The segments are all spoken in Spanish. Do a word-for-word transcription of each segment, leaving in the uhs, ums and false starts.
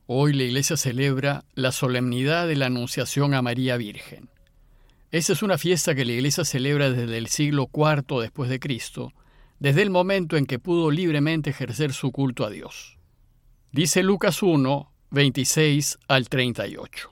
Hoy la Iglesia celebra la solemnidad de la Anunciación a María Virgen. Esa es una fiesta que la Iglesia celebra desde el siglo cuarto después de Cristo, desde el momento en que pudo libremente ejercer su culto a Dios. Dice Lucas uno, veintiséis al treinta y ocho.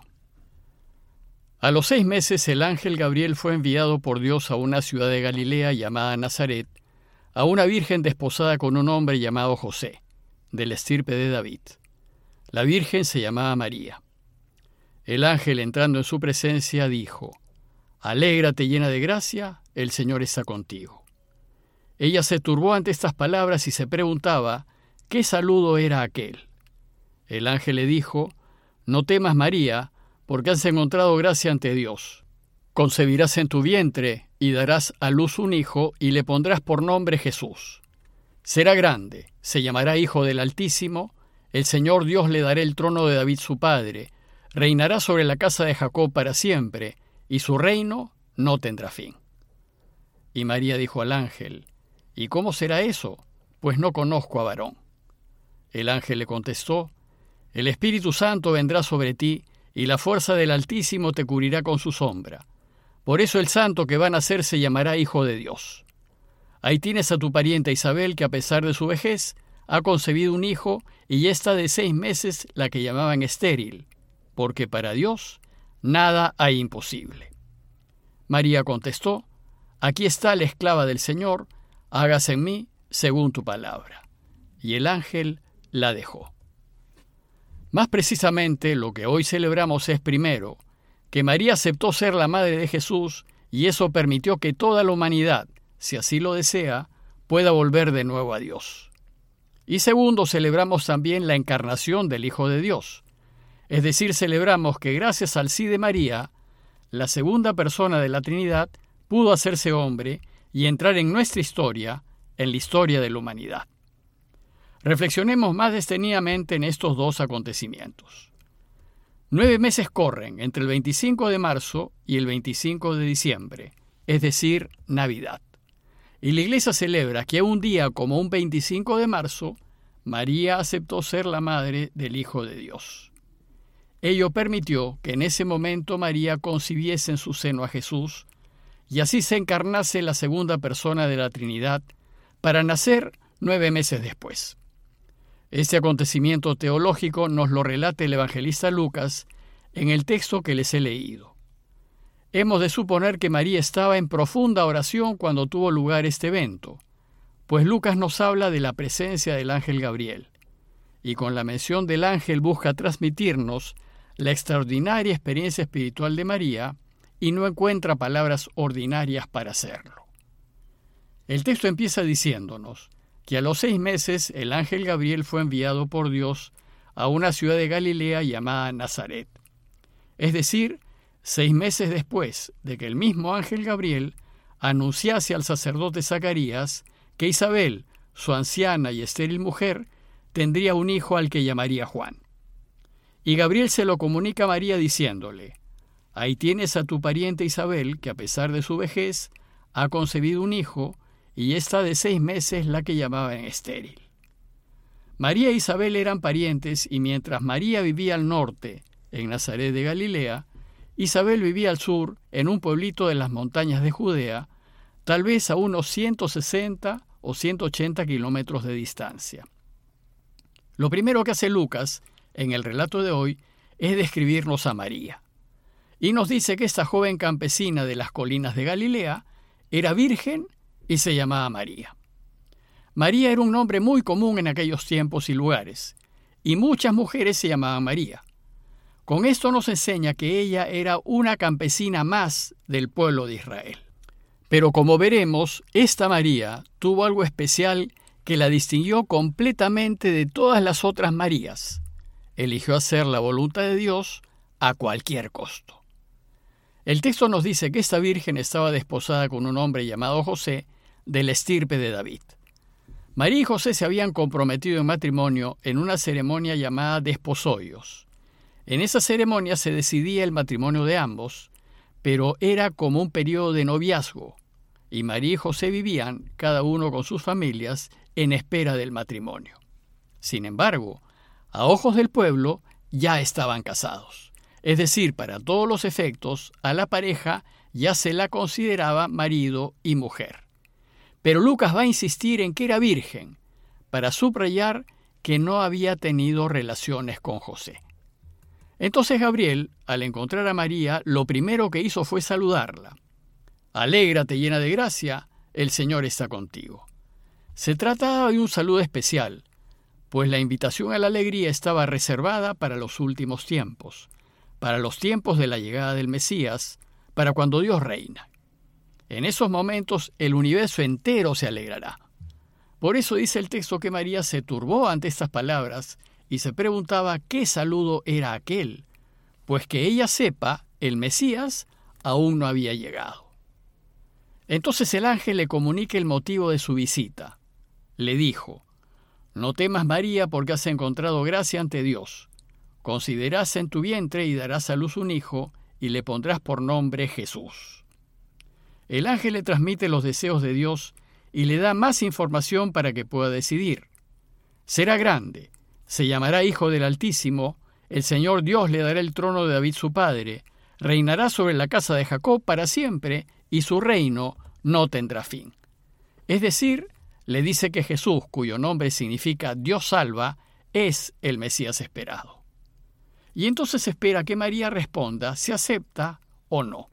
A los seis meses el ángel Gabriel fue enviado por Dios a una ciudad de Galilea llamada Nazaret, a una virgen desposada con un hombre llamado José, de la estirpe de David. La virgen se llamaba María. El ángel, entrando en su presencia, dijo: «Alégrate llena de gracia, el Señor está contigo». Ella se turbó ante estas palabras y se preguntaba qué saludo era aquel. El ángel le dijo: «No temas, María, porque has encontrado gracia ante Dios. Concebirás en tu vientre y darás a luz un hijo y le pondrás por nombre Jesús. Será grande, se llamará Hijo del Altísimo. El Señor Dios le dará el trono de David su padre, reinará sobre la casa de Jacob para siempre, y su reino no tendrá fin». Y María dijo al ángel: «¿Y cómo será eso? Pues no conozco a varón». El ángel le contestó: «El Espíritu Santo vendrá sobre ti, y la fuerza del Altísimo te cubrirá con su sombra. Por eso el santo que va a nacer se llamará Hijo de Dios. Ahí tienes a tu parienta Isabel, que a pesar de su vejez ha concebido un hijo, y ya está de seis meses la que llamaban estéril, porque para Dios nada hay imposible». María contestó: «Aquí está la esclava del Señor, hágase en mí según tu palabra». Y el ángel la dejó. Más precisamente, lo que hoy celebramos es, primero, que María aceptó ser la madre de Jesús, y eso permitió que toda la humanidad, si así lo desea, pueda volver de nuevo a Dios. Y segundo, celebramos también la encarnación del Hijo de Dios. Es decir, celebramos que gracias al sí de María, la segunda persona de la Trinidad pudo hacerse hombre y entrar en nuestra historia, en la historia de la humanidad. Reflexionemos más detenidamente en estos dos acontecimientos. Nueve meses corren entre el veinticinco de marzo y el veinticinco de diciembre, es decir, Navidad. Y la Iglesia celebra que un día como un veinticinco de marzo, María aceptó ser la madre del Hijo de Dios. Ello permitió que en ese momento María concibiese en su seno a Jesús, y así se encarnase la segunda persona de la Trinidad, para nacer nueve meses después. Este acontecimiento teológico nos lo relata el evangelista Lucas en el texto que les he leído. Hemos de suponer que María estaba en profunda oración cuando tuvo lugar este evento, pues Lucas nos habla de la presencia del ángel Gabriel, y con la mención del ángel busca transmitirnos la extraordinaria experiencia espiritual de María, y no encuentra palabras ordinarias para hacerlo. El texto empieza diciéndonos que a los seis meses el ángel Gabriel fue enviado por Dios a una ciudad de Galilea llamada Nazaret. Es decir, seis meses después de que el mismo ángel Gabriel anunciase al sacerdote Zacarías que Isabel, su anciana y estéril mujer, tendría un hijo al que llamaría Juan. Y Gabriel se lo comunica a María diciéndole: «Ahí tienes a tu pariente Isabel, que a pesar de su vejez ha concebido un hijo, y está de seis meses la que llamaban estéril». María e Isabel eran parientes, y mientras María vivía al norte, en Nazaret de Galilea, Isabel vivía al sur, en un pueblito de las montañas de Judea, tal vez a unos ciento sesenta o ciento ochenta kilómetros de distancia. Lo primero que hace Lucas, en el relato de hoy, es describirnos a María. Y nos dice que esta joven campesina de las colinas de Galilea era virgen y se llamaba María. María era un nombre muy común en aquellos tiempos y lugares, y muchas mujeres se llamaban María. Con esto nos enseña que ella era una campesina más del pueblo de Israel. Pero como veremos, esta María tuvo algo especial que la distinguió completamente de todas las otras Marías. Eligió hacer la voluntad de Dios a cualquier costo. El texto nos dice que esta virgen estaba desposada con un hombre llamado José, de la estirpe de David. María y José se habían comprometido en matrimonio en una ceremonia llamada desposorios. En esa ceremonia se decidía el matrimonio de ambos, pero era como un periodo de noviazgo, y María y José vivían, cada uno con sus familias, en espera del matrimonio. Sin embargo, a ojos del pueblo, ya estaban casados. Es decir, para todos los efectos, a la pareja ya se la consideraba marido y mujer. Pero Lucas va a insistir en que era virgen, para subrayar que no había tenido relaciones con José. Entonces Gabriel, al encontrar a María, lo primero que hizo fue saludarla. «Alégrate, llena de gracia, el Señor está contigo». Se trataba de un saludo especial, pues la invitación a la alegría estaba reservada para los últimos tiempos, para los tiempos de la llegada del Mesías, para cuando Dios reina. En esos momentos el universo entero se alegrará. Por eso dice el texto que María se turbó ante estas palabras y se preguntaba qué saludo era aquel, pues que ella sepa, el Mesías aún no había llegado. Entonces el ángel le comunica el motivo de su visita. Le dijo: «No temas, María, porque has encontrado gracia ante Dios. Concederás en tu vientre y darás a luz un hijo, y le pondrás por nombre Jesús». El ángel le transmite los deseos de Dios y le da más información para que pueda decidir. Será grande, se llamará Hijo del Altísimo, el Señor Dios le dará el trono de David su padre, reinará sobre la casa de Jacob para siempre, y su reino no tendrá fin. Es decir, le dice que Jesús, cuyo nombre significa Dios salva, es el Mesías esperado. Y entonces espera que María responda si acepta o no.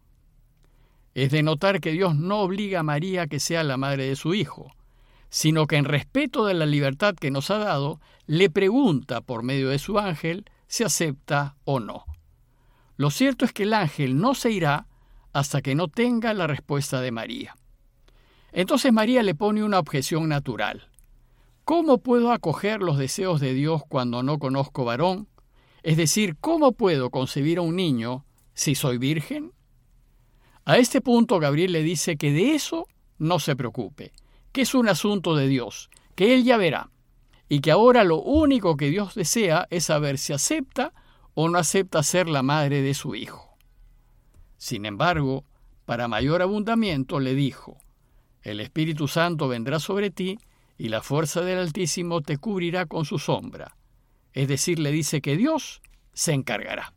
Es de notar que Dios no obliga a María a que sea la madre de su hijo, sino que en respeto de la libertad que nos ha dado, le pregunta por medio de su ángel si acepta o no. Lo cierto es que el ángel no se irá hasta que no tenga la respuesta de María. Entonces María le pone una objeción natural. ¿Cómo puedo acoger los deseos de Dios cuando no conozco varón? Es decir, ¿cómo puedo concebir a un niño si soy virgen? A este punto Gabriel le dice que de eso no se preocupe, que es un asunto de Dios, que él ya verá, y que ahora lo único que Dios desea es saber si acepta o no acepta ser la madre de su hijo. Sin embargo, para mayor abundamiento le dijo: «El Espíritu Santo vendrá sobre ti, y la fuerza del Altísimo te cubrirá con su sombra». Es decir, le dice que Dios se encargará.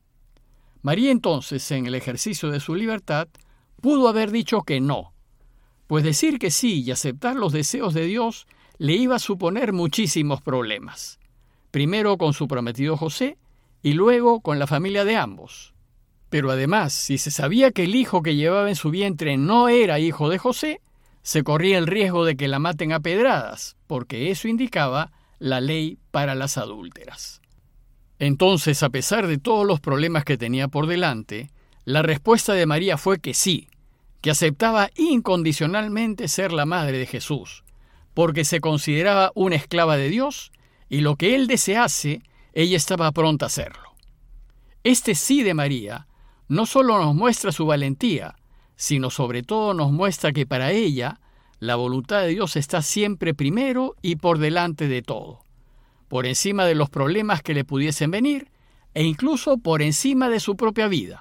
María entonces, en el ejercicio de su libertad, pudo haber dicho que no, pues decir que sí y aceptar los deseos de Dios le iba a suponer muchísimos problemas. Primero con su prometido José y luego con la familia de ambos. Pero además, si se sabía que el hijo que llevaba en su vientre no era hijo de José, se corría el riesgo de que la maten a pedradas, porque eso indicaba la ley para las adúlteras. Entonces, a pesar de todos los problemas que tenía por delante, la respuesta de María fue que sí, que aceptaba incondicionalmente ser la madre de Jesús, porque se consideraba una esclava de Dios y lo que él desease, ella estaba pronta a hacerlo. Este sí de María no solo nos muestra su valentía, sino sobre todo nos muestra que para ella la voluntad de Dios está siempre primero y por delante de todo, por encima de los problemas que le pudiesen venir e incluso por encima de su propia vida.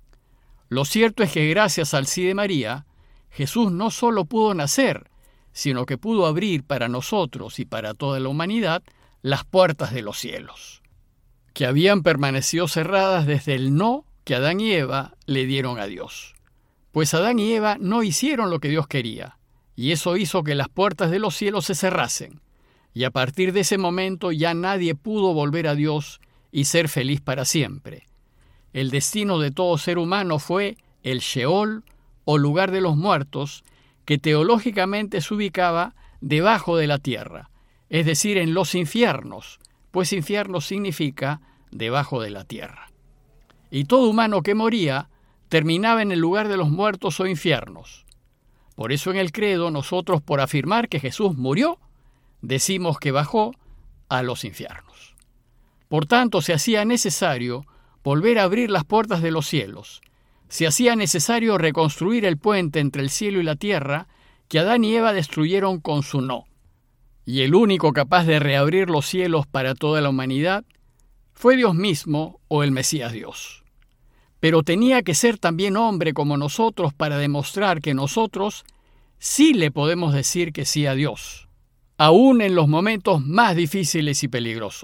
Lo cierto es que gracias al sí de María, Jesús no solo pudo nacer, sino que pudo abrir para nosotros y para toda la humanidad las puertas de los cielos, que habían permanecido cerradas desde el no que Adán y Eva le dieron a Dios. Pues Adán y Eva no hicieron lo que Dios quería, y eso hizo que las puertas de los cielos se cerrasen. Y a partir de ese momento ya nadie pudo volver a Dios y ser feliz para siempre. El destino de todo ser humano fue el Sheol, o lugar de los muertos, que teológicamente se ubicaba debajo de la tierra, es decir, en los infiernos, pues infierno significa debajo de la tierra. Y todo humano que moría terminaba en el lugar de los muertos o infiernos. Por eso en el credo nosotros, por afirmar que Jesús murió, decimos que bajó a los infiernos. Por tanto, se hacía necesario volver a abrir las puertas de los cielos. Se hacía necesario reconstruir el puente entre el cielo y la tierra que Adán y Eva destruyeron con su no. Y el único capaz de reabrir los cielos para toda la humanidad fue Dios mismo o el Mesías Dios. Pero tenía que ser también hombre como nosotros para demostrar que nosotros sí le podemos decir que sí a Dios, aún en los momentos más difíciles y peligrosos.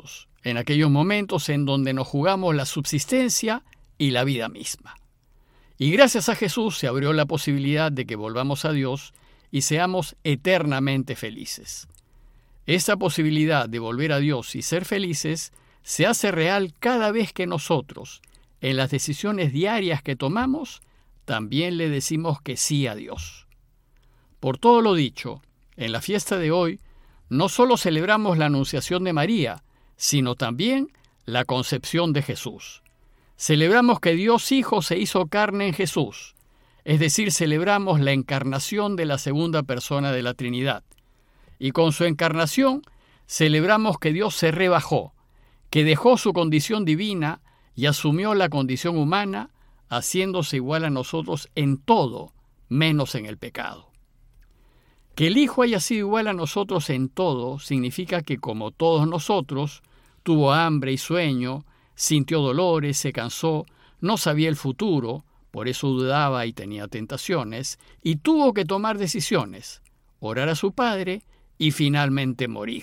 en aquellos momentos en donde nos jugamos la subsistencia y la vida misma. Y gracias a Jesús se abrió la posibilidad de que volvamos a Dios y seamos eternamente felices. Esa posibilidad de volver a Dios y ser felices se hace real cada vez que nosotros, en las decisiones diarias que tomamos, también le decimos que sí a Dios. Por todo lo dicho, en la fiesta de hoy, no solo celebramos la Anunciación de María, sino también la concepción de Jesús. Celebramos que Dios Hijo se hizo carne en Jesús, es decir, celebramos la encarnación de la segunda persona de la Trinidad. Y con su encarnación, celebramos que Dios se rebajó, que dejó su condición divina y asumió la condición humana, haciéndose igual a nosotros en todo, menos en el pecado. Que el Hijo haya sido igual a nosotros en todo significa que, como todos nosotros, tuvo hambre y sueño, sintió dolores, se cansó, no sabía el futuro, por eso dudaba y tenía tentaciones, y tuvo que tomar decisiones, orar a su Padre y finalmente morir.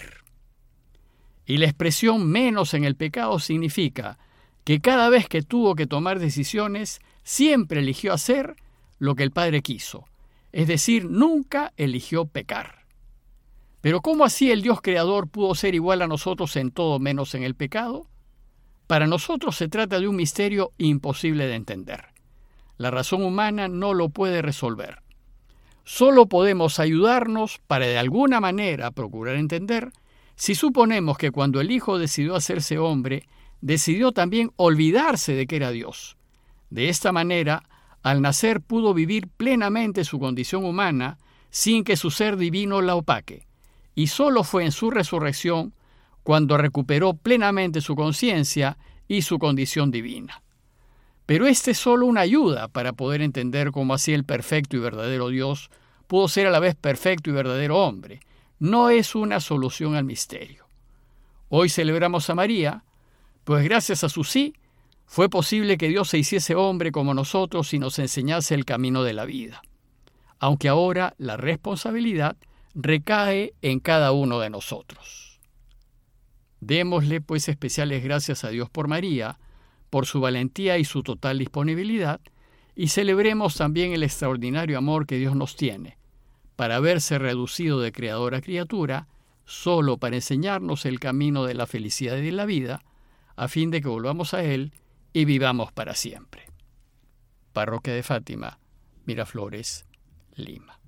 Y la expresión menos en el pecado significa que cada vez que tuvo que tomar decisiones, siempre eligió hacer lo que el Padre quiso, es decir, nunca eligió pecar. Pero ¿cómo así el Dios creador pudo ser igual a nosotros en todo menos en el pecado? Para nosotros se trata de un misterio imposible de entender. La razón humana no lo puede resolver. Solo podemos ayudarnos para de alguna manera procurar entender si suponemos que cuando el Hijo decidió hacerse hombre, decidió también olvidarse de que era Dios. De esta manera, al nacer pudo vivir plenamente su condición humana sin que su ser divino la opaque, y solo fue en su resurrección cuando recuperó plenamente su conciencia y su condición divina. Pero este es solo una ayuda para poder entender cómo así el perfecto y verdadero Dios pudo ser a la vez perfecto y verdadero hombre. No es una solución al misterio. Hoy celebramos a María, pues gracias a su sí, fue posible que Dios se hiciese hombre como nosotros y nos enseñase el camino de la vida. Aunque ahora la responsabilidad recae en cada uno de nosotros. Démosle pues especiales gracias a Dios por María, por su valentía y su total disponibilidad, y celebremos también el extraordinario amor que Dios nos tiene, para haberse reducido de creador a criatura, solo para enseñarnos el camino de la felicidad y de la vida, a fin de que volvamos a Él y vivamos para siempre. Parroquia de Fátima, Miraflores, Lima.